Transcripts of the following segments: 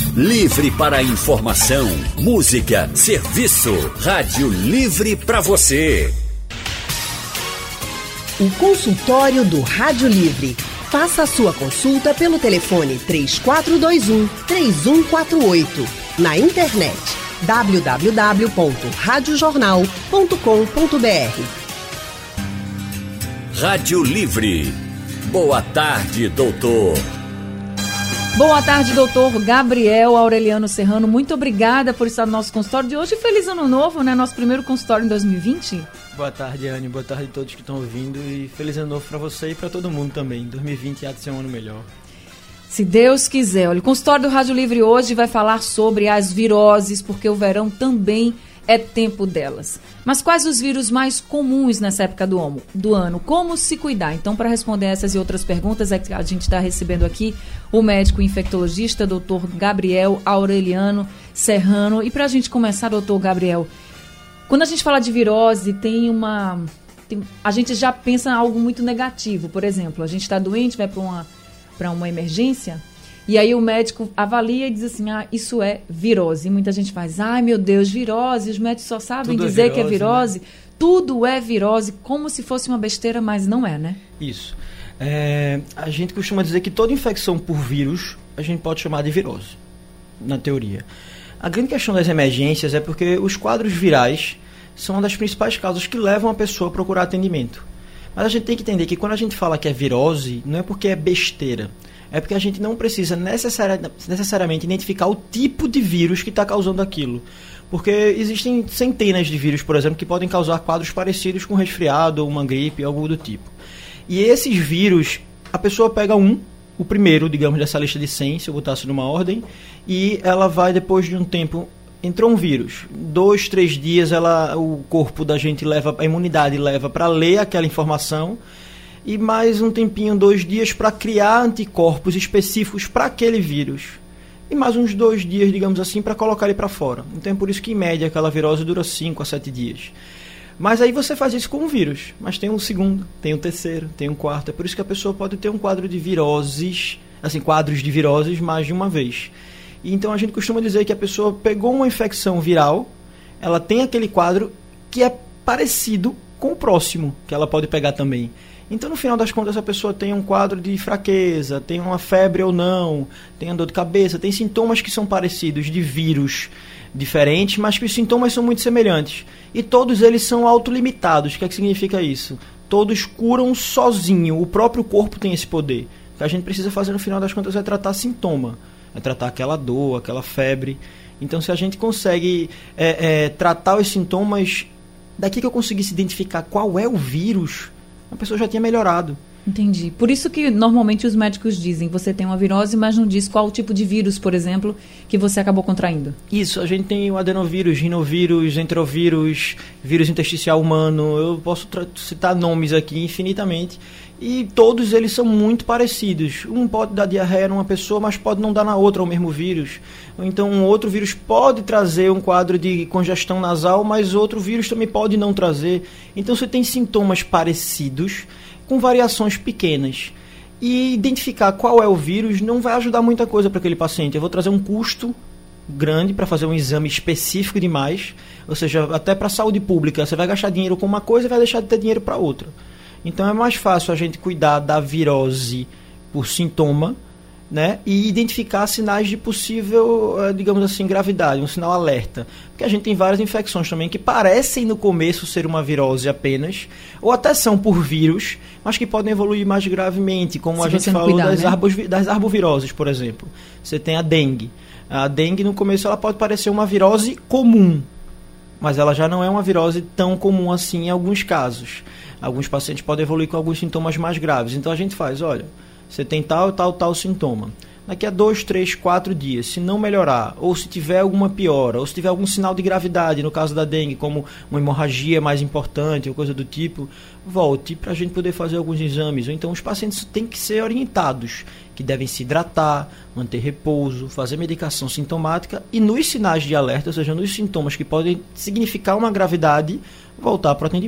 Livre para informação, música, serviço. Rádio Livre para você. O consultório do Rádio Livre. Faça a sua consulta pelo telefone 3421-3148. Na internet www.radiojornal.com.br. Rádio Livre. Boa tarde, doutor. Boa tarde, doutor Gabriel Aureliano Serrano. Muito obrigada por estar no nosso consultório de hoje. Feliz Ano Novo, né? Nosso primeiro consultório em 2020. Boa tarde, Anne. Boa tarde a todos que estão ouvindo. E feliz Ano Novo para você e para todo mundo também. 2020 há de ser um ano melhor. Se Deus quiser. Olha, o consultório do Rádio Livre hoje vai falar sobre as viroses, porque o verão também é tempo delas. Mas quais os vírus mais comuns nessa época do ano? Como se cuidar? Então, para responder essas e outras perguntas, a gente está recebendo aqui o médico infectologista, doutor Gabriel Aureliano Serrano. E para a gente começar, doutor Gabriel, quando a gente fala de virose, a gente já pensa em algo muito negativo. Por exemplo, a gente está doente, vai para uma emergência, e aí o médico avalia e diz assim, isso é virose. E muita gente faz, meu Deus, virose, os médicos só sabem dizer que é virose. Né? Tudo é virose, como se fosse uma besteira, mas não é, né? Isso. A gente costuma dizer que toda infecção por vírus, a gente pode chamar de virose, na teoria. A grande questão das emergências é porque os quadros virais são uma das principais causas que levam a pessoa a procurar atendimento. Mas a gente tem que entender que quando a gente fala que é virose, não é porque é besteira. É porque a gente não precisa necessariamente identificar o tipo de vírus que está causando aquilo. Porque existem centenas de vírus, por exemplo, que podem causar quadros parecidos com resfriado ou uma gripe, algo do tipo. E esses vírus, a pessoa pega o primeiro, digamos, dessa lista de 100, se eu botasse numa ordem, e ela vai, depois de um tempo, entrou um vírus. 2, 3 dias, o corpo da gente a imunidade leva para ler aquela informação, e mais um tempinho, 2 dias, para criar anticorpos específicos para aquele vírus. E mais uns 2 dias, digamos assim, para colocar ele para fora. Então é por isso que, em média, aquela virose dura 5 a 7 dias. Mas aí você faz isso com um vírus. Mas tem um segundo, tem um terceiro, tem um quarto. É por isso que a pessoa pode ter um quadro de viroses, assim, quadros de viroses mais de uma vez. E então a gente costuma dizer que a pessoa pegou uma infecção viral, ela tem aquele quadro que é parecido com o próximo, que ela pode pegar também. Então, no final das contas, a pessoa tem um quadro de fraqueza, tem uma febre ou não, tem uma dor de cabeça, tem sintomas que são parecidos de vírus diferentes, mas que os sintomas são muito semelhantes. E todos eles são autolimitados. O que é que significa isso? Todos curam sozinho, o próprio corpo tem esse poder. O que a gente precisa fazer, no final das contas, é tratar sintoma, é tratar aquela dor, aquela febre. Então, se a gente consegue tratar os sintomas, daqui que eu conseguisse identificar qual é o vírus, a pessoa já tinha melhorado. Entendi. Por isso que normalmente os médicos dizem, você tem uma virose, mas não diz qual tipo de vírus, por exemplo, que você acabou contraindo. Isso, a gente tem o adenovírus, rinovírus, entrovírus, vírus intersticial humano, eu posso citar nomes aqui infinitamente, e todos eles são muito parecidos. Um pode dar diarreia numa pessoa, mas pode não dar na outra o mesmo vírus. Ou então um outro vírus pode trazer um quadro de congestão nasal, mas outro vírus também pode não trazer. Então você tem sintomas parecidos, com variações pequenas. E identificar qual é o vírus não vai ajudar muita coisa para aquele paciente. Eu vou trazer um custo grande para fazer um exame específico demais, ou seja, até para a saúde pública. Você vai gastar dinheiro com uma coisa e vai deixar de ter dinheiro para outra. Então é mais fácil a gente cuidar da virose por sintoma, né, e identificar sinais de possível, digamos assim, gravidade, um sinal alerta. Porque a gente tem várias infecções também que parecem no começo ser uma virose apenas, ou até são por vírus, mas que podem evoluir mais gravemente, como a gente falou das arboviroses, por exemplo. Você tem a dengue. A dengue, no começo, ela pode parecer uma virose comum, mas ela já não é uma virose tão comum assim em alguns casos. Alguns pacientes podem evoluir com alguns sintomas mais graves. Então a gente faz, olha, você tem tal sintoma. Daqui a 2, 3, 4 dias, se não melhorar, ou se tiver alguma piora, ou se tiver algum sinal de gravidade, no caso da dengue, como uma hemorragia mais importante ou coisa do tipo, volte para a gente poder fazer alguns exames. Ou então os pacientes têm que ser orientados, que devem se hidratar, manter repouso, fazer medicação sintomática e nos sinais de alerta, ou seja, nos sintomas que podem significar uma gravidade, voltar para o atendimento.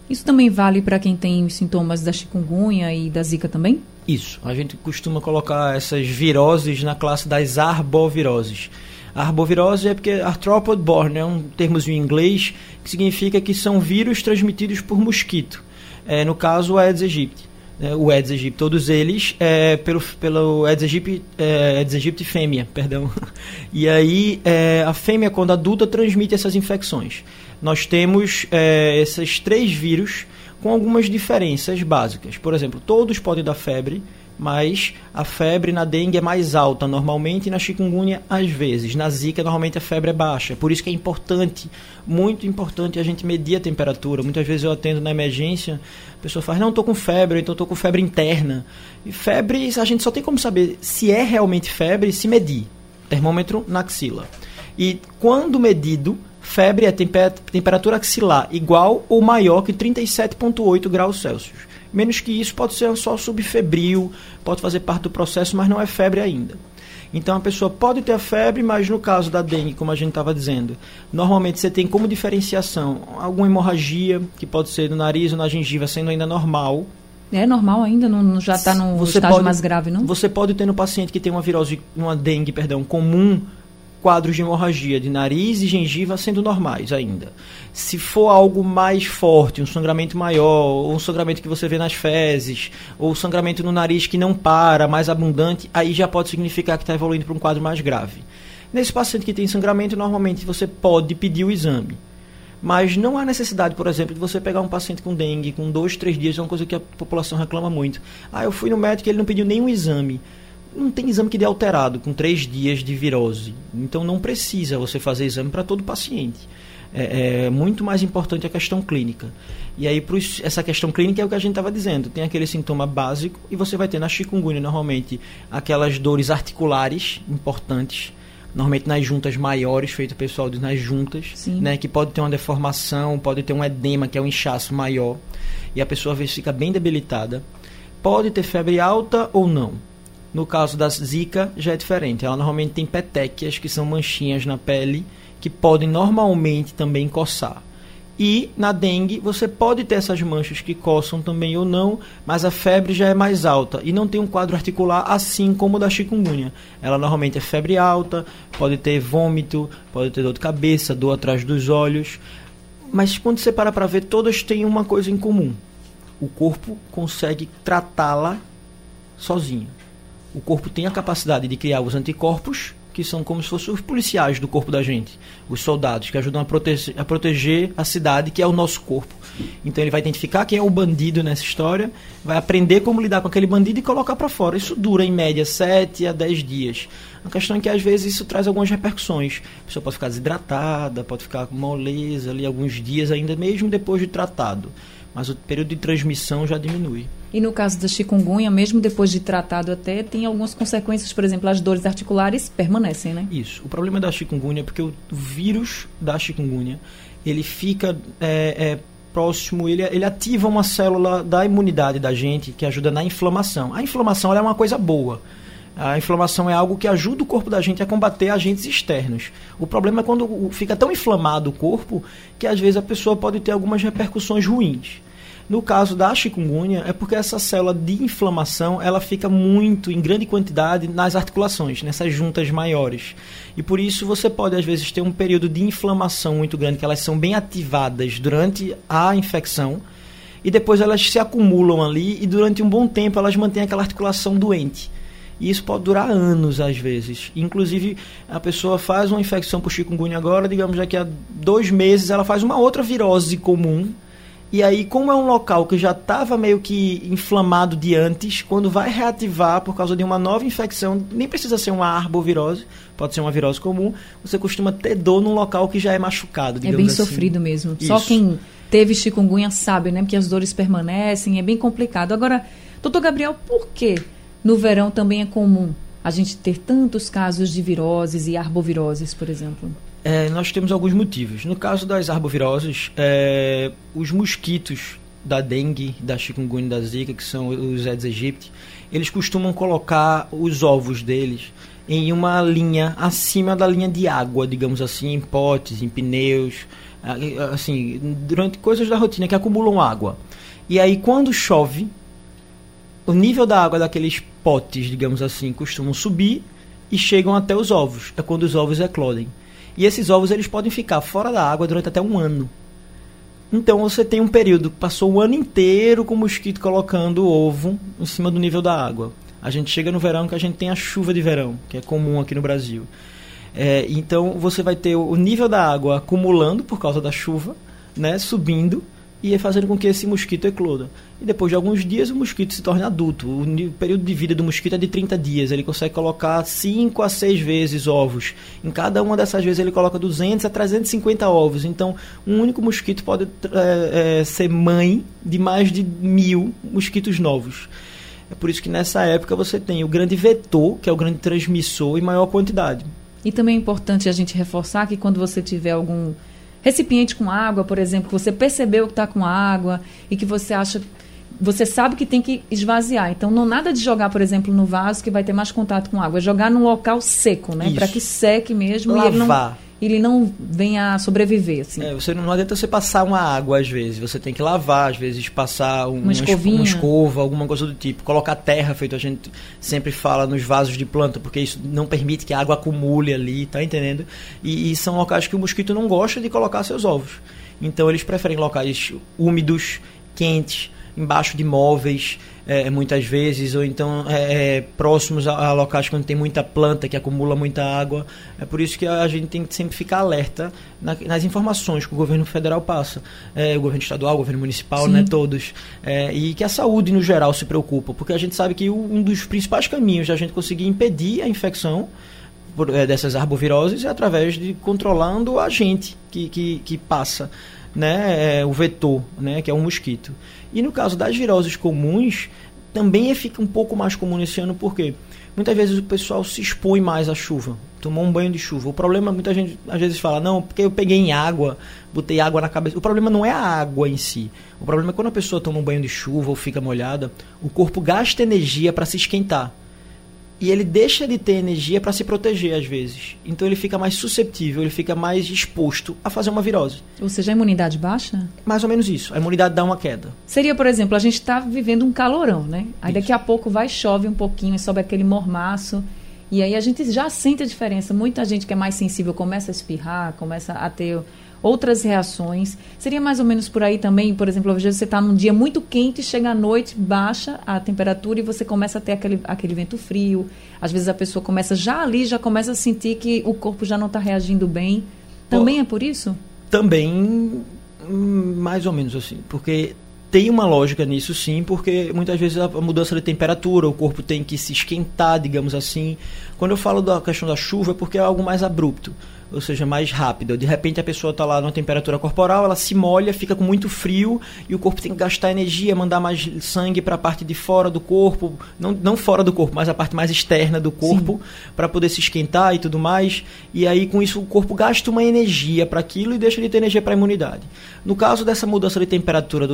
Isso também vale para quem tem os sintomas da chikungunya e da zika também? Isso. A gente costuma colocar essas viroses na classe das arboviroses. A arbovirose é porque arthropod borne é um termozinho em inglês que significa que são vírus transmitidos por mosquito. No caso, o Aedes aegypti. O Aedes aegypti, todos eles pelo Aedes aegypti fêmea, perdão. E aí a fêmea, quando adulta, transmite essas infecções. Nós temos esses 3 vírus com algumas diferenças básicas. Por exemplo, todos podem dar febre, mas a febre na dengue é mais alta normalmente e na chikungunya às vezes. Na zika normalmente a febre é baixa. Por isso que é importante, muito importante, a gente medir a temperatura. Muitas vezes eu atendo na emergência, a pessoa fala, não, estou com febre, então estou com febre interna. E febre, a gente só tem como saber se é realmente febre se medir. Termômetro na axila. E quando medido, febre é temperatura axilar igual ou maior que 37,8 graus Celsius. Menos que isso pode ser só subfebril, pode fazer parte do processo, mas não é febre ainda. Então a pessoa pode ter a febre, mas no caso da dengue, como a gente estava dizendo, normalmente você tem como diferenciação alguma hemorragia, que pode ser no nariz ou na gengiva, sendo ainda normal. É normal ainda? Não já está no estágio mais grave, não? Você pode ter no paciente que tem uma dengue comum, quadros de hemorragia de nariz e gengiva sendo normais ainda. Se for algo mais forte, um sangramento maior, ou um sangramento que você vê nas fezes, ou sangramento no nariz que não para, mais abundante, aí já pode significar que está evoluindo para um quadro mais grave. Nesse paciente que tem sangramento, normalmente você pode pedir o exame. Mas não há necessidade, por exemplo, de você pegar um paciente com dengue, com 2, 3 dias, é uma coisa que a população reclama muito. Eu fui no médico e ele não pediu nenhum exame. Não tem exame que dê alterado com 3 dias de virose. Então não precisa você fazer exame para todo paciente. É muito mais importante a questão clínica. E aí essa questão clínica é o que a gente estava dizendo. Tem aquele sintoma básico e você vai ter na chikungunya normalmente aquelas dores articulares importantes, normalmente nas juntas maiores, feito o pessoal diz nas juntas, né, que pode ter uma deformação, pode ter um edema, que é um inchaço maior, e a pessoa às vezes fica bem debilitada. Pode ter febre alta ou não. No caso da zika já é diferente. Ela normalmente tem petequias, que são manchinhas na pele, que podem normalmente também coçar. E na dengue você pode ter essas manchas que coçam também ou não, mas a febre já é mais alta e não tem um quadro articular assim como o da chikungunya. Ela normalmente é febre alta, pode ter vômito, pode ter dor de cabeça, dor atrás dos olhos. Mas quando você para ver, todas têm uma coisa em comum. O corpo consegue tratá-la sozinho. O corpo tem a capacidade de criar os anticorpos, que são como se fossem os policiais do corpo da gente, os soldados que ajudam a proteger a cidade, que é o nosso corpo. Então ele vai identificar quem é o bandido nessa história, vai aprender como lidar com aquele bandido e colocar para fora. Isso dura em média 7 a 10 dias. A questão é que às vezes isso traz algumas repercussões. A pessoa pode ficar desidratada, pode ficar com moleza ali alguns dias ainda, mesmo depois de tratado. Mas o período de transmissão já diminui. E no caso da chikungunya, mesmo depois de tratado até, tem algumas consequências, por exemplo, as dores articulares permanecem, né? Isso. O problema da chikungunya é porque o vírus da chikungunya, ele fica próximo, ele ativa uma célula da imunidade da gente que ajuda na inflamação. A inflamação ela é uma coisa boa. A inflamação é algo que ajuda o corpo da gente a combater agentes externos. O problema é quando fica tão inflamado o corpo que às vezes a pessoa pode ter algumas repercussões ruins. No caso da chikungunya, é porque essa célula de inflamação ela fica muito, em grande quantidade, nas articulações, nessas juntas maiores. E por isso você pode, às vezes, ter um período de inflamação muito grande, que elas são bem ativadas durante a infecção, e depois elas se acumulam ali, e durante um bom tempo elas mantêm aquela articulação doente. E isso pode durar anos, às vezes. Inclusive, a pessoa faz uma infecção por chikungunya agora, digamos, daqui a 2 meses, ela faz uma outra virose comum. E aí, como é um local que já estava meio que inflamado de antes, quando vai reativar por causa de uma nova infecção, nem precisa ser uma arbovirose, pode ser uma virose comum, você costuma ter dor num local que já é machucado, digamos assim. É bem sofrido mesmo. Isso. Só quem teve chikungunya sabe, né? Porque as dores permanecem, é bem complicado. Agora, doutor Gabriel, por que no verão também é comum a gente ter tantos casos de viroses e arboviroses, por exemplo? Nós temos alguns motivos. No caso das arboviroses, os mosquitos da dengue, da chikungunya e da zika, que são os Aedes aegypti, eles costumam colocar os ovos deles em uma linha acima da linha de água, digamos assim, em potes, em pneus, assim, durante coisas da rotina que acumulam água. E aí, quando chove, o nível da água daqueles potes, digamos assim, costumam subir e chegam até os ovos. É quando os ovos eclodem. E esses ovos eles podem ficar fora da água durante até 1 ano. Então você tem um período que passou o ano inteiro com o mosquito colocando o ovo em cima do nível da água. A gente chega no verão que a gente tem a chuva de verão, que é comum aqui no Brasil. Então você vai ter o nível da água acumulando por causa da chuva, né, subindo e fazendo com que esse mosquito ecloda. E depois de alguns dias o mosquito se torna adulto. O período de vida do mosquito é de 30 dias. Ele consegue colocar 5 a 6 vezes ovos. Em cada uma dessas vezes ele coloca 200 a 350 ovos. Então um único mosquito pode ser mãe de mais de 1000 mosquitos novos. É por isso que nessa época você tem o grande vetor, que é o grande transmissor, em maior quantidade. E também é importante a gente reforçar que quando você tiver algum recipiente com água, por exemplo, que você percebeu que está com água e que você sabe que tem que esvaziar. Então, não nada de jogar, por exemplo, no vaso que vai ter mais contato com água. É jogar num local seco, né? Para que seque mesmo. Lavar. E ele não venha a sobreviver, assim. Não adianta você passar uma água, às vezes. Você tem que lavar, às vezes, passar uma escova, alguma coisa do tipo. Colocar terra, feito a gente sempre fala nos vasos de planta, porque isso não permite que a água acumule ali, tá entendendo? E são locais que o mosquito não gosta de colocar seus ovos. Então, eles preferem locais úmidos, quentes, embaixo de móveis, muitas vezes, ou então próximos a locais onde tem muita planta, que acumula muita água. É por isso que a gente tem que sempre ficar alerta nas informações que o governo federal passa, o governo estadual, o governo municipal, né, todos, e que a saúde no geral se preocupa, porque a gente sabe que um dos principais caminhos da gente conseguir impedir a infecção dessas arboviroses é através de controlando o agente que passa, né, o vetor, né, que é o mosquito. E no caso das viroses comuns, também fica um pouco mais comum nesse ano, porque muitas vezes o pessoal se expõe mais à chuva, tomou um banho de chuva. O problema, muita gente às vezes fala, não, porque eu peguei em água, botei água na cabeça. O problema não é a água em si. O problema é quando a pessoa toma um banho de chuva ou fica molhada, o corpo gasta energia para se esquentar. E ele deixa de ter energia para se proteger, às vezes. Então ele fica mais susceptível, ele fica mais exposto a fazer uma virose. Ou seja, a imunidade baixa? Mais ou menos isso. A imunidade dá uma queda. Seria, por exemplo, a gente está vivendo um calorão, né? Aí daqui a pouco chove um pouquinho, sobe aquele mormaço. E aí a gente já sente a diferença. Muita gente que é mais sensível começa a espirrar, começa a ter outras reações. Seria mais ou menos por aí também, por exemplo, às vezes você está num dia muito quente, chega à noite, baixa a temperatura e você começa a ter aquele vento frio. Às vezes a pessoa começa a sentir que o corpo já não está reagindo bem. Também é por isso? Também, mais ou menos assim, porque tem uma lógica nisso, sim, porque muitas vezes a mudança de temperatura, o corpo tem que se esquentar, digamos assim. Quando eu falo da questão da chuva, é porque é algo mais abrupto, ou seja, mais rápido. De repente a pessoa está lá numa temperatura corporal, ela se molha, fica com muito frio e o corpo tem que gastar energia, mandar mais sangue para a parte de fora do corpo, não fora do corpo, mas a parte mais externa do corpo, para poder se esquentar e tudo mais. E aí com isso o corpo gasta uma energia para aquilo e deixa de ter energia para a imunidade. No caso dessa mudança de temperatura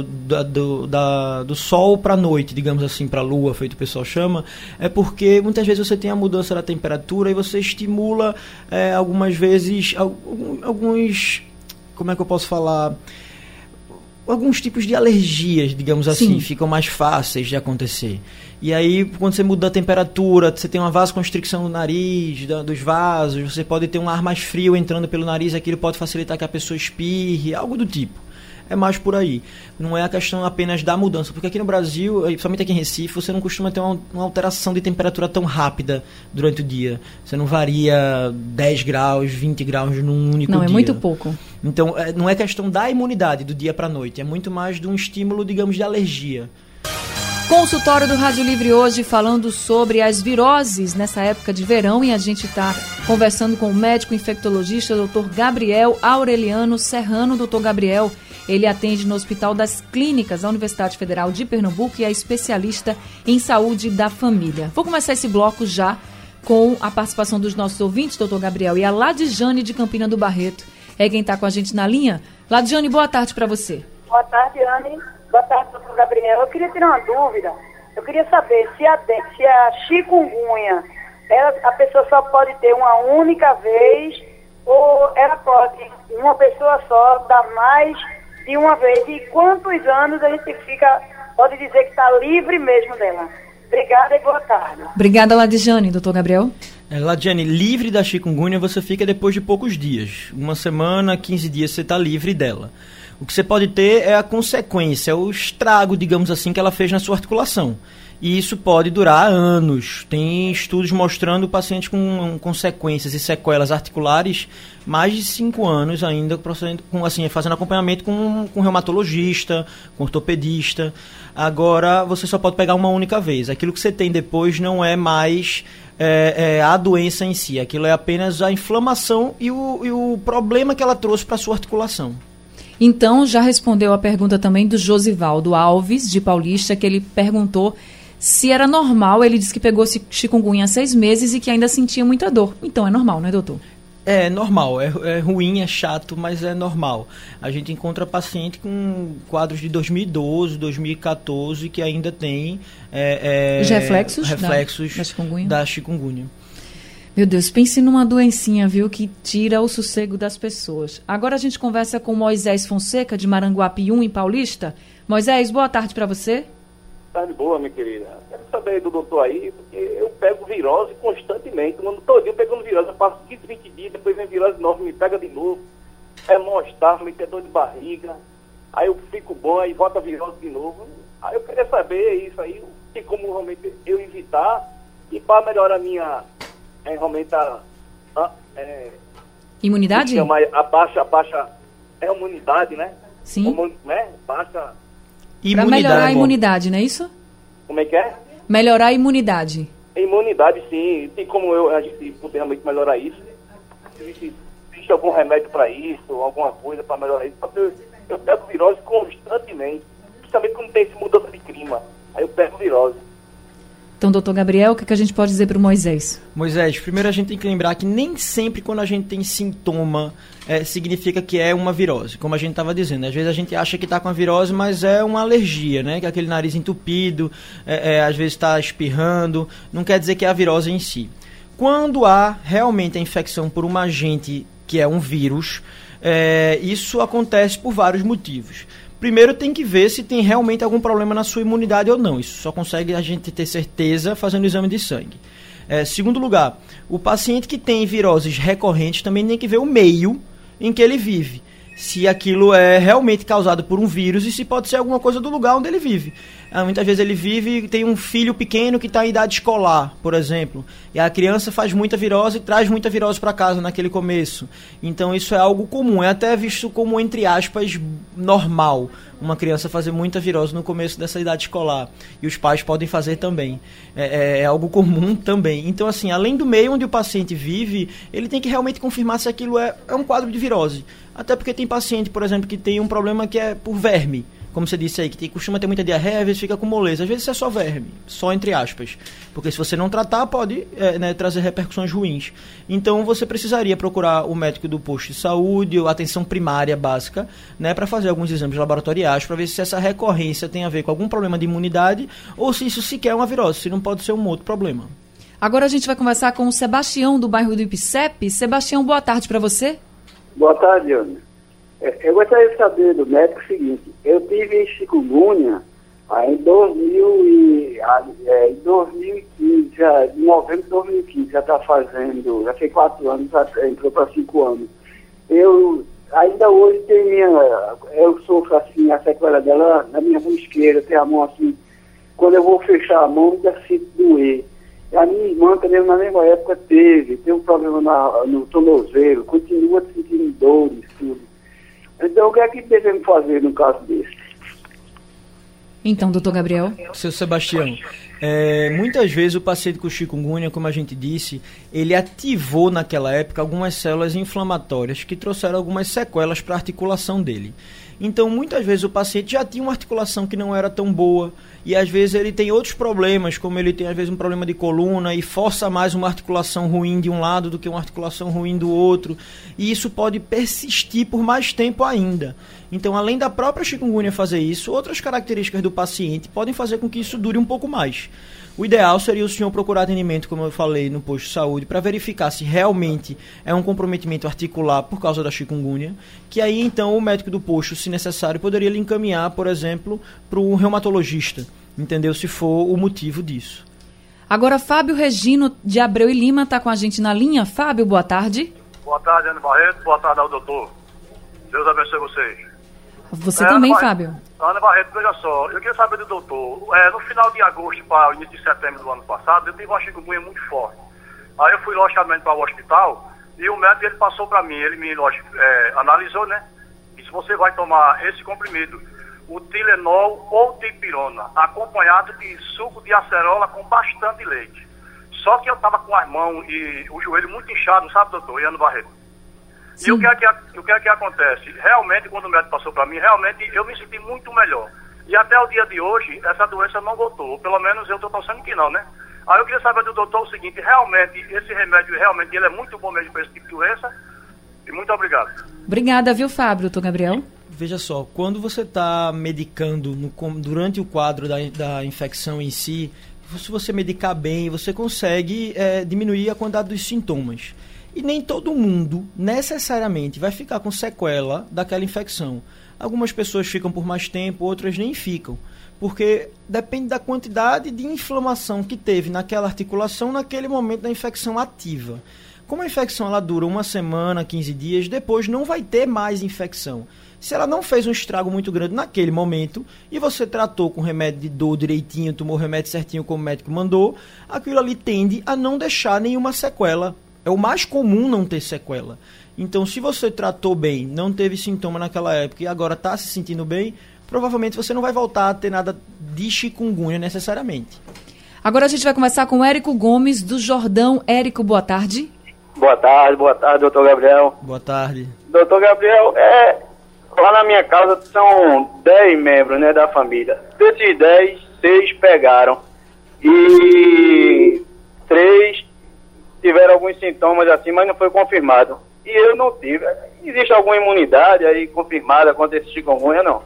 do sol para a noite, digamos assim, para a lua, feito o pessoal chama, é porque muitas vezes você tem a mudança da temperatura e você estimula algumas vezes alguns, como é que eu posso falar, alguns tipos de alergias, digamos assim, ficam mais fáceis de acontecer. E aí, quando você muda a temperatura, você tem uma vasoconstricção no nariz, dos vasos, você pode ter um ar mais frio entrando pelo nariz, aquilo pode facilitar que a pessoa espirre, algo do tipo. É mais por aí. Não é a questão apenas da mudança. Porque aqui no Brasil, principalmente aqui em Recife, você não costuma ter uma alteração de temperatura tão rápida durante o dia. Você não varia 10 graus, 20 graus num único dia. Não, é muito pouco. Então, não é questão da imunidade do dia para a noite. É muito mais de um estímulo, digamos, de alergia. Consultório do Rádio Livre hoje falando sobre as viroses nessa época de verão e a gente está conversando com o médico infectologista Dr. Gabriel Aureliano Serrano. Dr. Gabriel, ele atende no Hospital das Clínicas da Universidade Federal de Pernambuco e é especialista em saúde da família. Vou começar esse bloco já com a participação dos nossos ouvintes, Dr. Gabriel, e a Ladjane de Campina do Barreto é quem está com a gente na linha. Ladjane, boa tarde para você. Boa tarde, Anne. Boa tarde, doutor Gabriel. Eu queria tirar uma dúvida. Eu queria saber se a chikungunya, a pessoa só pode ter uma única vez ou ela pode, uma pessoa só, dar mais de uma vez? E quantos anos a gente pode dizer que está livre mesmo dela? Obrigada e boa tarde. Obrigada, Ladjane. Doutor Gabriel? Ladjane, livre da chikungunya você fica depois de poucos dias. 1 semana, 15 dias você está livre dela. O que você pode ter é a consequência, o estrago, digamos assim, que ela fez na sua articulação. E isso pode durar anos. Tem estudos mostrando pacientes com consequências e sequelas articulares mais de 5 anos ainda, fazendo acompanhamento com reumatologista, com ortopedista. Agora, você só pode pegar uma única vez. Aquilo que você tem depois não é mais a doença em si. Aquilo é apenas a inflamação e o problema que ela trouxe para a sua articulação. Então, já respondeu a pergunta também do Josivaldo Alves, de Paulista, que ele perguntou se era normal. Ele disse que pegou chikungunya há 6 meses e que ainda sentia muita dor. Então, é normal, né, doutor? É normal, é ruim, é chato, mas é normal. A gente encontra paciente com quadros de 2012, 2014, que ainda tem os reflexos da chikungunya. Meu Deus, pense numa doencinha, viu, que tira o sossego das pessoas. Agora a gente conversa com Moisés Fonseca, de Maranguape 1, em Paulista. Moisés, boa tarde para você. Tarde boa, minha querida. Quero saber do doutor aí, porque eu pego virose constantemente, o ano todinho pegando virose. Eu passo 15, 20 dias, depois vem virose nova, me pega de novo. É mal-estar, me tem dor de barriga. Aí eu fico bom, aí volta a virose de novo. Aí eu queria saber isso aí, tem como realmente eu evitar e para melhorar a minha... realmente imunidade? A baixa imunidade, né? Sim. Baixa imunidade. Para melhorar a imunidade, não é isso? Como é que é? Melhorar a imunidade. Imunidade, sim. Tem como a gente poder realmente melhorar isso? Existe algum remédio para isso, alguma coisa para melhorar isso? Porque eu pego virose constantemente, principalmente quando tem essa mudança de clima. Aí eu pego virose. Então, doutor Gabriel, o que a gente pode dizer para o Moisés? Moisés, primeiro a gente tem que lembrar que nem sempre quando a gente tem sintoma significa que é uma virose, como a gente estava dizendo. Às vezes a gente acha que está com a virose, mas é uma alergia, né? Que é aquele nariz entupido, às vezes está espirrando, não quer dizer que é a virose em si. Quando há realmente a infecção por um agente que é um vírus, isso acontece por vários motivos. Primeiro tem que ver se tem realmente algum problema na sua imunidade ou não. Isso só consegue a gente ter certeza fazendo o exame de sangue. Segundo lugar, o paciente que tem viroses recorrentes também tem que ver o meio em que ele vive. Se aquilo é realmente causado por um vírus e se pode ser alguma coisa do lugar onde ele vive. Muitas vezes ele vive, tem um filho pequeno que está em idade escolar, por exemplo, e a criança faz muita virose e traz muita virose para casa naquele começo. Então isso é algo comum, é até visto como, entre aspas, normal, uma criança fazer muita virose no começo dessa idade escolar. E os pais podem fazer também. É algo comum também. Então, assim, além do meio onde o paciente vive, ele tem que realmente confirmar se aquilo é um quadro de virose. Até porque tem paciente, por exemplo, que tem um problema que é por verme. Como você disse aí, que costuma ter muita diarreia, às vezes fica com moleza. Às vezes é só verme, só entre aspas. Porque se você não tratar, pode trazer repercussões ruins. Então você precisaria procurar o médico do posto de saúde, ou atenção primária básica, né, para fazer alguns exames laboratoriais, para ver se essa recorrência tem a ver com algum problema de imunidade, ou se isso sequer é uma virose, se não pode ser um outro problema. Agora a gente vai conversar com o Sebastião, do bairro do Ipicep. Sebastião, boa tarde para você. Boa tarde, Ana. Eu gostaria de saber do médico o seguinte: eu tive chikungunya em 2015, em novembro de 2015, já tem 4 anos, já entrou para 5 anos. Eu ainda hoje eu sofro assim, a sequela dela na minha mão esquerda, tem a mão assim, quando eu vou fechar a mão, ainda sinto doer. A minha irmã também na mesma época tem um problema no tornozelo, continua sentindo dores, tudo. Então, o que é que devemos fazer no caso desse? Então, doutor Gabriel. Seu Sebastião, muitas vezes o paciente com chikungunya, como a gente disse, ele ativou naquela época algumas células inflamatórias que trouxeram algumas sequelas para a articulação dele. Então, muitas vezes o paciente já tinha uma articulação que não era tão boa e às vezes ele tem outros problemas, como ele tem às vezes um problema de coluna e força mais uma articulação ruim de um lado do que uma articulação ruim do outro, e isso pode persistir por mais tempo ainda. Então, além da própria chikungunya fazer isso, outras características do paciente podem fazer com que isso dure um pouco mais. O ideal seria o senhor procurar atendimento, como eu falei, no posto de saúde, para verificar se realmente é um comprometimento articular por causa da chikungunya, que aí então o médico do posto, se necessário, poderia lhe encaminhar, por exemplo, para o reumatologista, entendeu? Se for o motivo disso. Agora, Fábio Regino, de Abreu e Lima, está com a gente na linha. Fábio, boa tarde. Boa tarde, Ana Barreto. Boa tarde ao doutor. Deus abençoe vocês. Você também, Fábio. Ana Barreto, veja só, eu queria saber do doutor, no final de agosto para o início de setembro do ano passado, eu tive uma chikungunya muito forte. Aí eu fui, logicamente, para o hospital e o médico ele passou para mim, ele me analisou, né? Disse, você vai tomar esse comprimido, o Tilenol ou Dipirona, acompanhado de suco de acerola com bastante leite. Só que eu estava com as mãos e o joelho muito inchado, sabe, doutor? E Ana Barreto. Sim. E o que é que acontece? Realmente, quando o médico passou para mim, realmente eu me senti muito melhor. E até o dia de hoje, essa doença não voltou. Pelo menos eu estou torcendo que não, né? Aí eu queria saber do doutor o seguinte, realmente, esse remédio, realmente, ele é muito bom mesmo para esse tipo de doença. E muito obrigado. Obrigada, viu, Fábio? Doutor Gabriel? Veja só, quando você está medicando durante o quadro da infecção em si, se você medicar bem, você consegue diminuir a quantidade dos sintomas. E nem todo mundo necessariamente vai ficar com sequela daquela infecção. Algumas pessoas ficam por mais tempo, outras nem ficam. Porque depende da quantidade de inflamação que teve naquela articulação naquele momento da infecção ativa. Como a infecção ela dura 1 semana, 15 dias, depois não vai ter mais infecção. Se ela não fez um estrago muito grande naquele momento e você tratou com remédio de dor direitinho, tomou o remédio certinho como o médico mandou, aquilo ali tende a não deixar nenhuma sequela. É o mais comum não ter sequela. Então, se você tratou bem, não teve sintoma naquela época e agora está se sentindo bem, provavelmente você não vai voltar a ter nada de chikungunya necessariamente. Agora a gente vai conversar com o Érico Gomes, do Jordão. Érico, boa tarde. Boa tarde, doutor Gabriel. Boa tarde. Doutor Gabriel, lá na minha casa são 10 membros, né, da família. Desses 10, 6 pegaram. E 3 tiveram alguns sintomas assim, mas não foi confirmado. E eu não tive. Existe alguma imunidade aí confirmada contra esse chikungunya, não?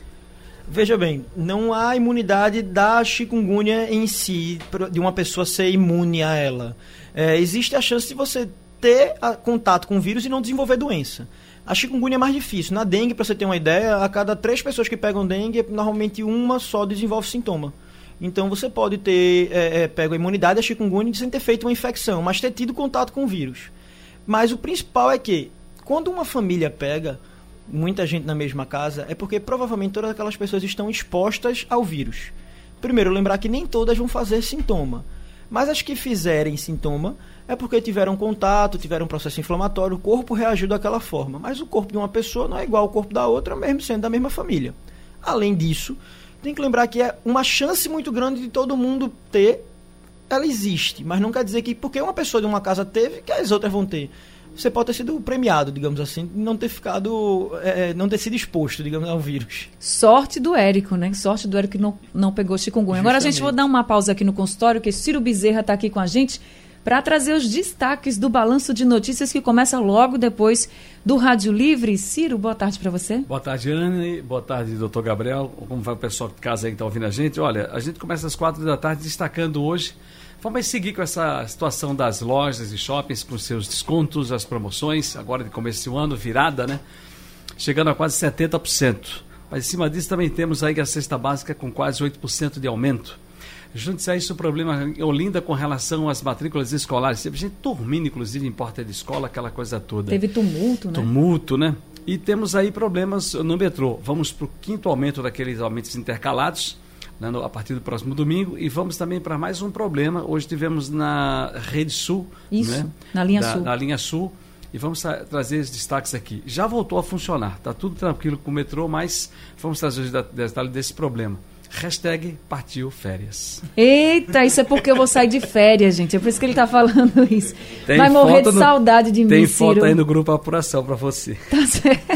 Veja bem, não há imunidade da chikungunya em si, de uma pessoa ser imune a ela. Existe a chance de você ter contato com o vírus e não desenvolver doença. A chikungunya é mais difícil. Na dengue, para você ter uma ideia, a cada 3 pessoas que pegam dengue, normalmente uma só desenvolve sintoma. Então você pode ter pego a imunidade da chikungunya sem ter feito uma infecção, mas ter tido contato com o vírus. Mas o principal é que, quando uma família pega muita gente na mesma casa, é porque provavelmente todas aquelas pessoas estão expostas ao vírus. Primeiro, lembrar que nem todas vão fazer sintoma. Mas as que fizerem sintoma é porque tiveram contato, tiveram um processo inflamatório, o corpo reagiu daquela forma. Mas o corpo de uma pessoa não é igual ao corpo da outra, mesmo sendo da mesma família. Além disso, tem que lembrar que é uma chance muito grande de todo mundo ter, ela existe, mas não quer dizer que porque uma pessoa de uma casa teve, que as outras vão ter. Você pode ter sido premiado, digamos assim, não ter ficado, não ter sido exposto, digamos, ao vírus. Sorte do Érico, né? Sorte do Érico que não pegou chikungunya. Agora a gente vai dar uma pausa aqui no consultório, que Ciro Bezerra está aqui com a gente para trazer os destaques do Balanço de Notícias que começa logo depois do Rádio Livre. Ciro, boa tarde para você. Boa tarde, Anne. Boa tarde, doutor Gabriel. Como vai o pessoal de casa aí que está ouvindo a gente? Olha, a gente começa às 4 da tarde destacando hoje. Vamos seguir com essa situação das lojas e shoppings com seus descontos, as promoções, agora de começo do ano, virada, né? Chegando a quase 70%. Mas em cima disso também temos aí a cesta básica com quase 8% de aumento. Junte-se a isso o problema em Olinda com relação às matrículas escolares. Teve gente dormindo, inclusive, em porta de escola, aquela coisa toda. Teve tumulto, né? Tumulto, né? E temos aí problemas no metrô. Vamos para o 5º aumento daqueles aumentos intercalados, né, a partir do próximo domingo. E vamos também para mais um problema. Hoje tivemos na Rede Sul. Isso, né? Na linha Sul. Na linha Sul. E vamos trazer os destaques aqui. Já voltou a funcionar. Está tudo tranquilo com o metrô, mas vamos trazer os detalhes desse problema. Hashtag partiu férias. Eita, isso é porque eu vou sair de férias, gente. É por isso que ele está falando isso. Vai morrer de saudade de mim, Tem Ciro. foto aí no grupo Apuração para você. Tá certo.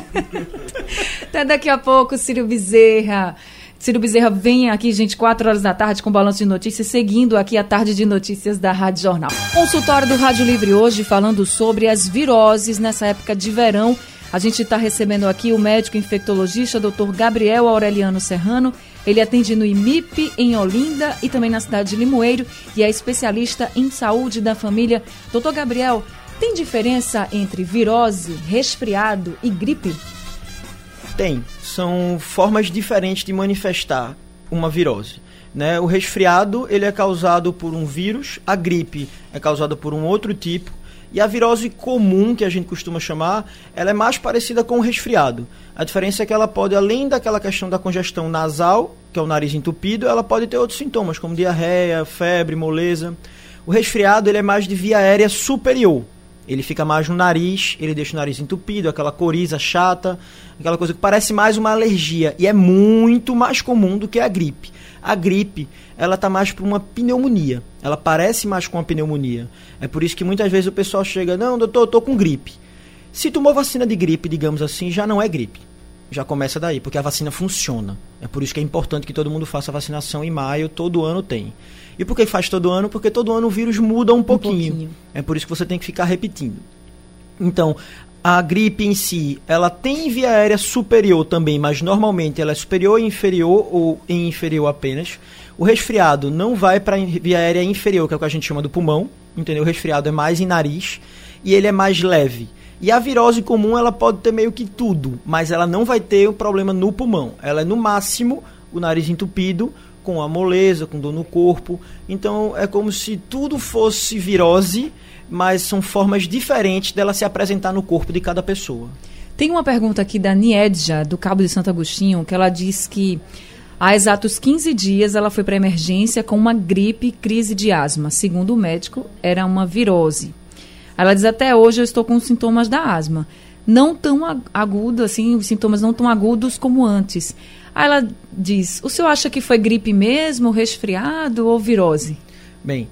Até daqui a pouco, Ciro Bezerra. Ciro Bezerra vem aqui, gente, 4 horas da tarde com o Balanço de Notícias, seguindo aqui a tarde de notícias da Rádio Jornal. Consultório do Rádio Livre hoje falando sobre as viroses nessa época de verão. A gente está recebendo aqui o médico infectologista, Dr. Gabriel Aureliano Serrano. Ele atende no IMIP, em Olinda e também na cidade de Limoeiro e é especialista em saúde da família. Doutor Gabriel, tem diferença entre virose, resfriado e gripe? Tem. São formas diferentes de manifestar uma virose. Né? O resfriado ele é causado por um vírus, a gripe é causada por um outro tipo, e a virose comum, que a gente costuma chamar, ela é mais parecida com o resfriado. A diferença é que ela pode, além daquela questão da congestão nasal, que é o nariz entupido, ela pode ter outros sintomas, como diarreia, febre, moleza. O resfriado ele é mais de via aérea superior. Ele fica mais no nariz, ele deixa o nariz entupido, aquela coriza chata, aquela coisa que parece mais uma alergia, e é muito mais comum do que a gripe. A gripe, ela está mais para uma pneumonia. Ela parece mais com uma pneumonia. É por isso que muitas vezes o pessoal chega, não, doutor, eu estou com gripe. Se tomou vacina de gripe, digamos assim, já não é gripe. Já começa daí, porque a vacina funciona. É por isso que é importante que todo mundo faça a vacinação em maio, todo ano tem. E por que faz todo ano? Porque todo ano o vírus muda um pouquinho. É por isso que você tem que ficar repetindo. Então, a gripe em si, ela tem via aérea superior também, mas normalmente ela é superior e inferior ou em inferior apenas. O resfriado não vai para via aérea inferior, que é o que a gente chama do pulmão, entendeu? O resfriado é mais em nariz e ele é mais leve. E a virose comum, ela pode ter meio que tudo, mas ela não vai ter um problema no pulmão. Ela é no máximo o nariz entupido, com a moleza, com dor no corpo. Então é como se tudo fosse virose, mas são formas diferentes dela se apresentar no corpo de cada pessoa. Tem uma pergunta aqui da Niedja, do Cabo de Santo Agostinho, que ela diz que há exatos 15 dias ela foi para a emergência com uma gripe, crise de asma. Segundo o médico, era uma virose. Ela diz, até hoje eu estou com sintomas da asma. Não tão agudo, assim, os sintomas não tão agudos como antes. Aí ela diz, o senhor acha que foi gripe mesmo, resfriado ou virose? Bem,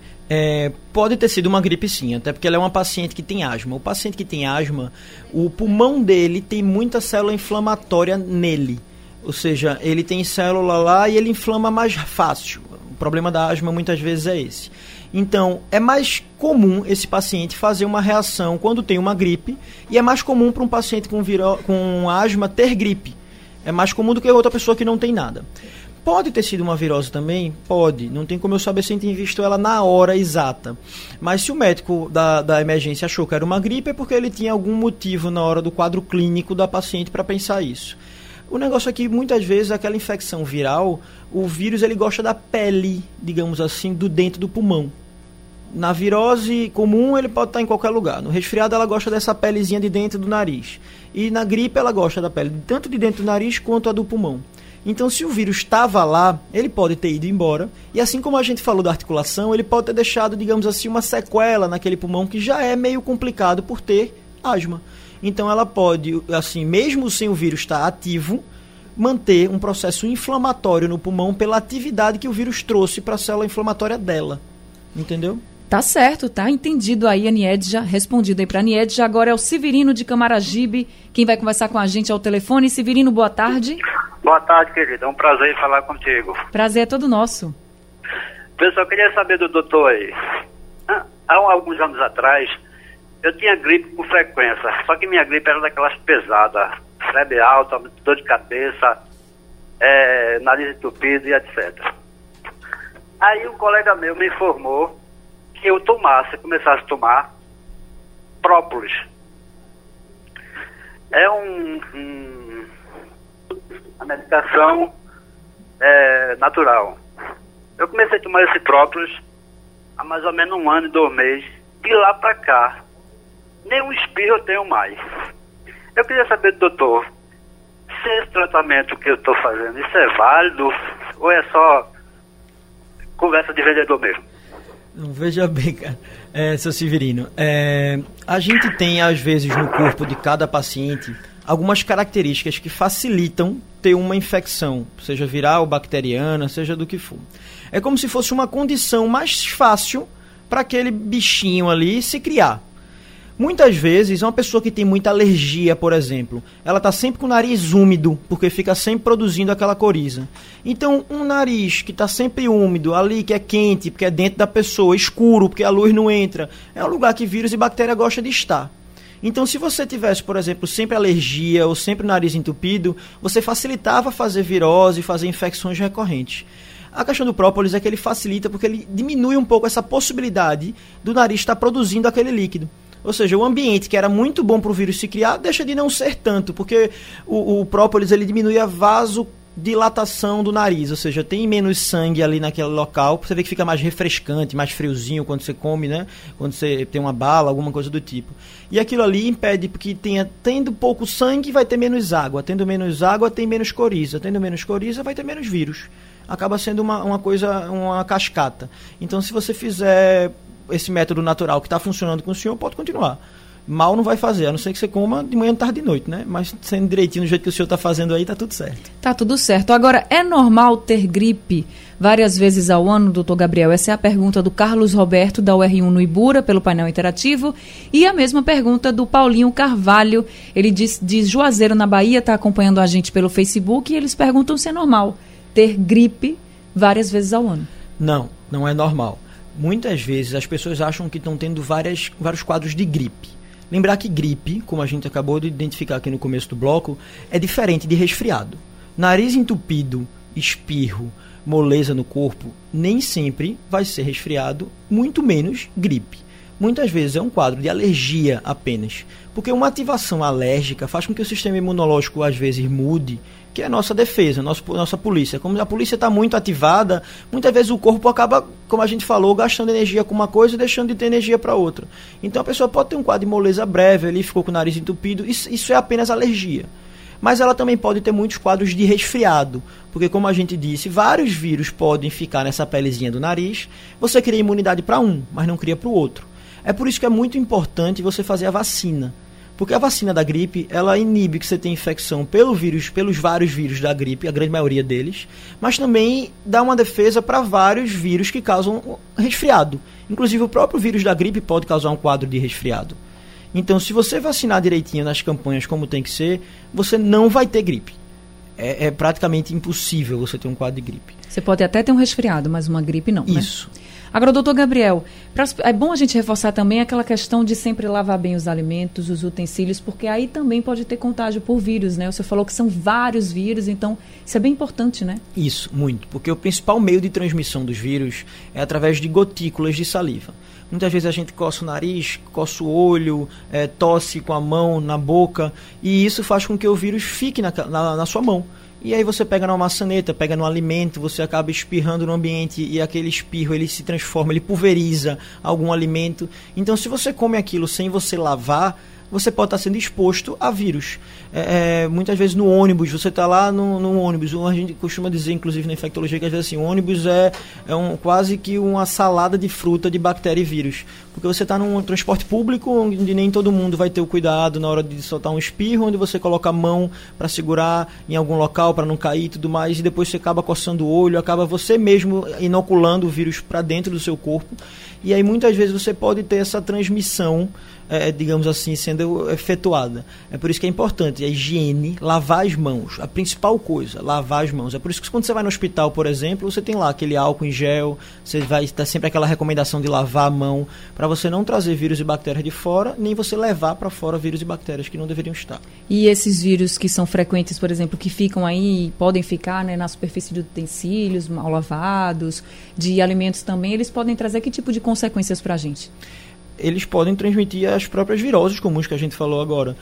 pode ter sido uma gripe sim, até porque ela é uma paciente que tem asma. O paciente que tem asma, o pulmão dele tem muita célula inflamatória nele. Ou seja, ele tem célula lá e ele inflama mais fácil. O problema da asma muitas vezes é esse. Então, é mais comum esse paciente fazer uma reação quando tem uma gripe, e é mais comum para um paciente com asma ter gripe. É mais comum do que outra pessoa que não tem nada. Pode ter sido uma virose também? Pode. Não tem como eu saber sem ter visto ela na hora exata. Mas se o médico da emergência achou que era uma gripe, é porque ele tinha algum motivo na hora do quadro clínico da paciente para pensar isso. O negócio aqui, muitas vezes, aquela infecção viral, o vírus ele gosta da pele, digamos assim, do dentro do pulmão. Na virose comum, ele pode estar em qualquer lugar. No resfriado, ela gosta dessa pelezinha de dentro do nariz. E na gripe, ela gosta da pele tanto de dentro do nariz quanto a do pulmão. Então, se o vírus estava lá, ele pode ter ido embora. E assim como a gente falou da articulação, ele pode ter deixado, digamos assim, uma sequela naquele pulmão que já é meio complicado por ter asma. Então, ela pode, assim, mesmo sem o vírus estar ativo, manter um processo inflamatório no pulmão pela atividade que o vírus trouxe para a célula inflamatória dela. Entendeu? Tá certo, tá entendido aí, a Niedja, respondido aí para a Niedja. Agora é o Severino de Camaragibe, quem vai conversar com a gente ao telefone. Severino, boa tarde. Boa tarde, querida. É um prazer em falar contigo. Prazer é todo nosso. Pessoal, queria saber do doutor aí. Há alguns anos atrás, eu tinha gripe com frequência, só que minha gripe era daquelas pesadas, febre alta, dor de cabeça, nariz entupido e etc. Aí um colega meu me informou que eu começasse a tomar própolis. É uma medicação natural. Eu comecei a tomar esse própolis há mais ou menos 1 ano e 2 meses. De lá pra cá, nenhum espirro eu tenho mais. Eu queria saber do doutor, se esse tratamento que eu estou fazendo, isso é válido ou é só conversa de vendedor mesmo? Veja bem, cara, seu Severino, a gente tem às vezes no corpo de cada paciente algumas características que facilitam ter uma infecção, seja viral, bacteriana, seja do que for. É como se fosse uma condição mais fácil para aquele bichinho ali se criar. Muitas vezes, uma pessoa que tem muita alergia, por exemplo, ela está sempre com o nariz úmido, porque fica sempre produzindo aquela coriza. Então, um nariz que está sempre úmido, ali que é quente, porque é dentro da pessoa, escuro, porque a luz não entra, é um lugar que vírus e bactéria gostam de estar. Então, se você tivesse, por exemplo, sempre alergia ou sempre nariz entupido, você facilitava fazer virose, fazer infecções recorrentes. A questão do própolis é que ele facilita porque ele diminui um pouco essa possibilidade do nariz estar produzindo aquele líquido. Ou seja, o ambiente que era muito bom para o vírus se criar deixa de não ser tanto, porque o própolis ele diminui a vasodilatação do nariz, ou seja, tem menos sangue ali naquele local, você vê que fica mais refrescante, mais friozinho quando você come, né? Quando você tem uma bala, alguma coisa do tipo. E aquilo ali impede, porque tendo pouco sangue vai ter menos água, tendo menos água tem menos coriza, tendo menos coriza vai ter menos vírus. Acaba sendo uma cascata. Então, se você fizer esse método natural que está funcionando com o senhor, pode continuar. Mal não vai fazer, a não ser que você coma de manhã, tarde e de noite, né? Mas sendo direitinho do jeito que o senhor está fazendo aí, tá tudo certo. Tá tudo certo. Agora, é normal ter gripe várias vezes ao ano, doutor Gabriel? Essa é a pergunta do Carlos Roberto, da UR1 no Ibura, pelo painel interativo. E a mesma pergunta do Paulinho Carvalho. Ele diz de Juazeiro, na Bahia, está acompanhando a gente pelo Facebook, e eles perguntam se é normal ter gripe várias vezes ao ano. Não é normal. Muitas vezes as pessoas acham que estão tendo vários quadros de gripe. Lembrar que gripe, como a gente acabou de identificar aqui no começo do bloco, é diferente de resfriado. Nariz entupido, espirro, moleza no corpo, nem sempre vai ser resfriado, muito menos gripe. Muitas vezes é um quadro de alergia apenas, porque uma ativação alérgica faz com que o sistema imunológico às vezes mude, que é a nossa defesa, nossa polícia. Como a polícia está muito ativada, muitas vezes o corpo acaba, como a gente falou, gastando energia com uma coisa e deixando de ter energia para outra. Então a pessoa pode ter um quadro de moleza breve, ali ficou com o nariz entupido, isso é apenas alergia. Mas ela também pode ter muitos quadros de resfriado, porque como a gente disse, vários vírus podem ficar nessa pelezinha do nariz, você cria imunidade para um, mas não cria para o outro. É por isso que é muito importante você fazer a vacina. Porque a vacina da gripe, ela inibe que você tenha infecção pelos vários vírus da gripe, a grande maioria deles, mas também dá uma defesa para vários vírus que causam resfriado. Inclusive o próprio vírus da gripe pode causar um quadro de resfriado. Então, se você vacinar direitinho nas campanhas como tem que ser, você não vai ter gripe. É praticamente impossível você ter um quadro de gripe. Você pode até ter um resfriado, mas uma gripe não, Isso. Né? Agora, doutor Gabriel, é bom a gente reforçar também aquela questão de sempre lavar bem os alimentos, os utensílios, porque aí também pode ter contágio por vírus, né? Você falou que são vários vírus, então isso é bem importante, né? Isso, muito, porque o principal meio de transmissão dos vírus é através de gotículas de saliva. Muitas vezes a gente coça o nariz, coça o olho, tosse com a mão na boca, e isso faz com que o vírus fique na sua mão. E aí você pega numa maçaneta, pega no alimento, você acaba espirrando no ambiente e aquele espirro ele se transforma, ele pulveriza algum alimento. Então, se você come aquilo sem você lavar, você pode estar sendo exposto a vírus. Muitas vezes no ônibus, você está lá no ônibus, a gente costuma dizer, inclusive na infectologia, que às vezes assim, o ônibus é quase que uma salada de fruta de bactéria e vírus. Porque você está num transporte público, onde nem todo mundo vai ter o cuidado na hora de soltar um espirro, onde você coloca a mão para segurar em algum local, para não cair e tudo mais, e depois você acaba coçando o olho, acaba você mesmo inoculando o vírus para dentro do seu corpo. E aí muitas vezes você pode ter essa transmissão, digamos assim, sendo efetuada. É por isso que é importante a higiene, lavar as mãos. A principal coisa, lavar as mãos. É por isso que quando você vai no hospital, por exemplo, você tem lá aquele álcool em gel, você vai ter sempre aquela recomendação de lavar a mão, para você não trazer vírus e bactérias de fora, nem você levar para fora vírus e bactérias que não deveriam estar. E esses vírus que são frequentes, por exemplo, que ficam aí, podem ficar, né, na superfície de utensílios mal lavados, de alimentos também, eles podem trazer que tipo de consequências para a gente? Eles podem transmitir as próprias viroses comuns que a gente falou agora.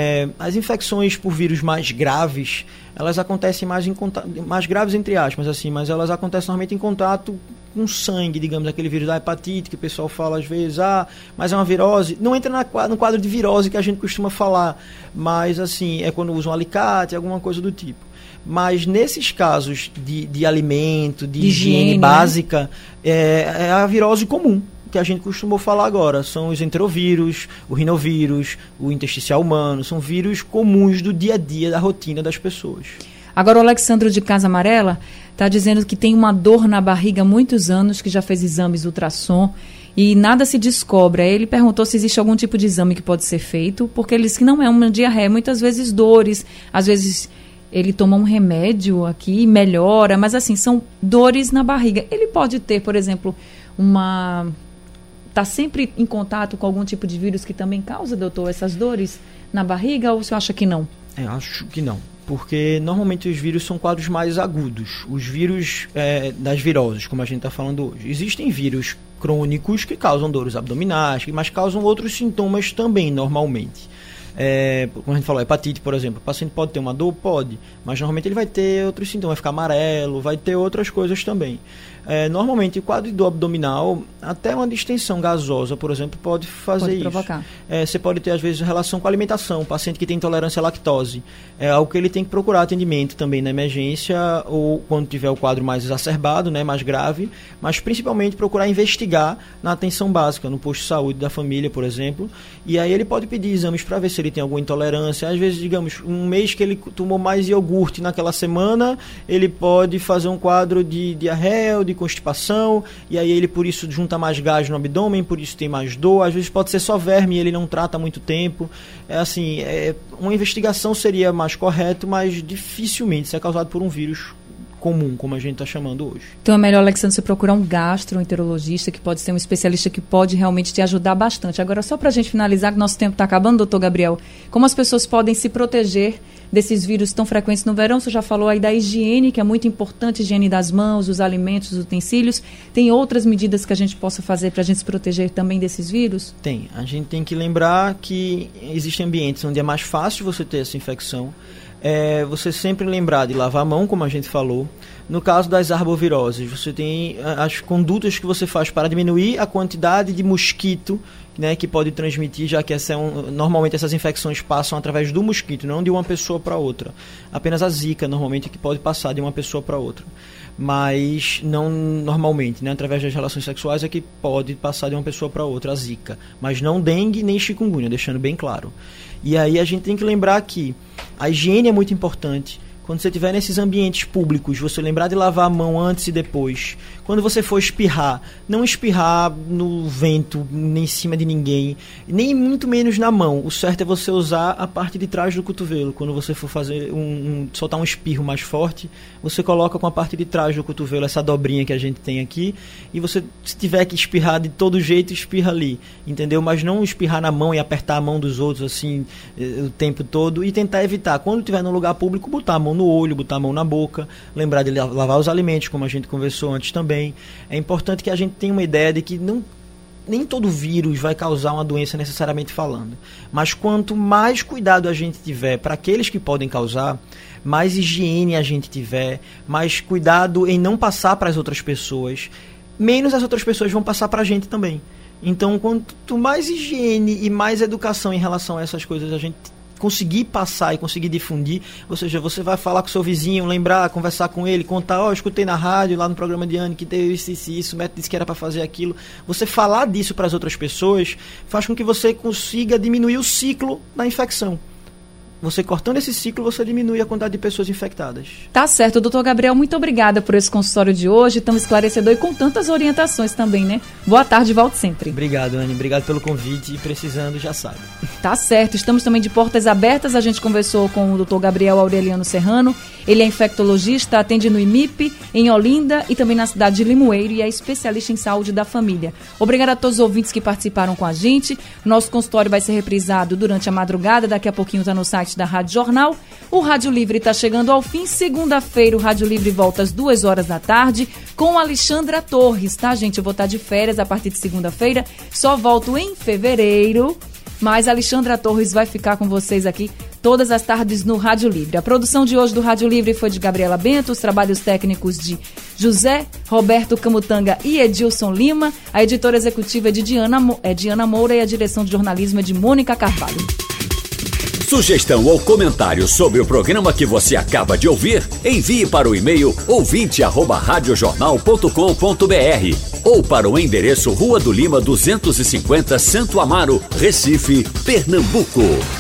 As infecções por vírus mais graves, elas acontecem mais graves entre aspas, assim, mas elas acontecem normalmente em contato com sangue, digamos, aquele vírus da hepatite que o pessoal fala às vezes, mas é uma virose. Não entra no quadro de virose que a gente costuma falar, mas assim, é quando usa um alicate, alguma coisa do tipo. Mas nesses casos de alimento, de higiene básica, né? É a virose comum que a gente costumou falar agora. São os enterovírus, o rinovírus, o intersticial humano, são vírus comuns do dia a dia, da rotina das pessoas. Agora o Alexandro de Casa Amarela está dizendo que tem uma dor na barriga há muitos anos, que já fez exames ultrassom e nada se descobre. Aí ele perguntou se existe algum tipo de exame que pode ser feito, porque ele disse que não é uma diarreia, muitas vezes dores, às vezes ele toma um remédio aqui e melhora, mas assim, são dores na barriga. Ele pode ter, por exemplo, está sempre em contato com algum tipo de vírus que também causa, doutor, essas dores na barriga, ou você acha que não? Acho que não, porque normalmente os vírus são quadros mais agudos. Os vírus das viroses, como a gente está falando hoje. Existem vírus crônicos que causam dores abdominais, mas causam outros sintomas também, normalmente. Como a gente falou, hepatite, por exemplo, o paciente pode ter uma dor? Pode, mas normalmente ele vai ter outros sintomas, vai ficar amarelo, vai ter outras coisas também. Normalmente, o quadro de dor abdominal, até uma distensão gasosa, por exemplo, pode fazer isso. Provocar. Você pode ter, às vezes, relação com a alimentação. O paciente que tem intolerância à lactose. É algo que ele tem que procurar atendimento também na emergência, ou quando tiver o quadro mais exacerbado, né, mais grave, mas principalmente procurar investigar na atenção básica, no posto de saúde da família, por exemplo. E aí ele pode pedir exames para ver se ele tem alguma intolerância. Às vezes, digamos, um mês que ele tomou mais iogurte naquela semana, ele pode fazer um quadro de diarreia ou de constipação, e aí ele por isso junta mais gás no abdômen, por isso tem mais dor. Às vezes pode ser só verme e ele não trata há muito tempo. Uma investigação seria mais correto, mas dificilmente isso é causado por um vírus comum, como a gente está chamando hoje. Então é melhor, Alexandre, você procurar um gastroenterologista, que pode ser um especialista que pode realmente te ajudar bastante. Agora, só para a gente finalizar, que nosso tempo está acabando, doutor Gabriel, como as pessoas podem se proteger desses vírus tão frequentes no verão? Você já falou aí da higiene, que é muito importante, higiene das mãos, os alimentos, os utensílios. Tem outras medidas que a gente possa fazer para a gente se proteger também desses vírus? Tem. A gente tem que lembrar que existem ambientes onde é mais fácil você ter essa infecção. Você sempre lembrar de lavar a mão, como a gente falou. No caso das arboviroses, você tem as condutas que você faz para diminuir a quantidade de mosquito, né, que pode transmitir, já que normalmente essas infecções passam através do mosquito, não de uma pessoa para outra. Apenas a zika, normalmente, que pode passar de uma pessoa para outra. Mas não normalmente, né, através das relações sexuais é que pode passar de uma pessoa para outra, a zika. Mas não dengue nem chikungunya, deixando bem claro. E aí a gente tem que lembrar que a higiene é muito importante. Quando você estiver nesses ambientes públicos, você lembrar de lavar a mão antes e depois. Quando você for espirrar, não espirrar no vento, nem em cima de ninguém, nem muito menos na mão. O certo é você usar a parte de trás do cotovelo. Quando você for fazer soltar um espirro mais forte, você coloca com a parte de trás do cotovelo, essa dobrinha que a gente tem aqui, e você, se tiver que espirrar de todo jeito, espirra ali, entendeu? Mas não espirrar na mão e apertar a mão dos outros assim o tempo todo, e tentar evitar, quando estiver num lugar público, botar a mão no olho, botar a mão na boca, lembrar de lavar os alimentos, como a gente conversou antes também. É importante que a gente tenha uma ideia de que nem todo vírus vai causar uma doença necessariamente falando, mas quanto mais cuidado a gente tiver para aqueles que podem causar, mais higiene a gente tiver, mais cuidado em não passar para as outras pessoas, menos as outras pessoas vão passar para a gente também. Então, quanto mais higiene e mais educação em relação a essas coisas a gente conseguir passar e conseguir difundir, ou seja, você vai falar com o seu vizinho, lembrar, conversar com ele, contar, eu escutei na rádio, lá no programa de Anne, que teve isso, o médico disse que era para fazer aquilo. Você falar disso para as outras pessoas faz com que você consiga diminuir o ciclo da infecção. Você cortando esse ciclo, você diminui a quantidade de pessoas infectadas. Tá certo, doutor Gabriel, muito obrigada por esse consultório de hoje, tão esclarecedor e com tantas orientações também, né? Boa tarde, volte sempre. Obrigado, Anne, obrigado pelo convite e precisando, já sabe. Tá certo, estamos também de portas abertas, a gente conversou com o doutor Gabriel Aureliano Serrano, ele é infectologista, atende no IMIP, em Olinda e também na cidade de Limoeiro e é especialista em saúde da família. Obrigada a todos os ouvintes que participaram com a gente, nosso consultório vai ser reprisado durante a madrugada, daqui a pouquinho está no site da Rádio Jornal. O Rádio Livre está chegando ao fim. Segunda-feira o Rádio Livre volta às 2h da tarde com Alexandra Torres, tá, gente? Eu vou estar de férias a partir de segunda-feira, só volto em fevereiro, mas Alexandra Torres vai ficar com vocês aqui todas as tardes no Rádio Livre. A produção de hoje do Rádio Livre foi de Gabriela Bento, os trabalhos técnicos de José Roberto Camutanga e Edilson Lima, a editora executiva é de Diana Moura e a direção de jornalismo é de Mônica Carvalho. Sugestão ou comentário sobre o programa que você acaba de ouvir, envie para o e-mail ouvinte@radiojornal.com.br ou para o endereço Rua do Lima 250, Santo Amaro, Recife, Pernambuco.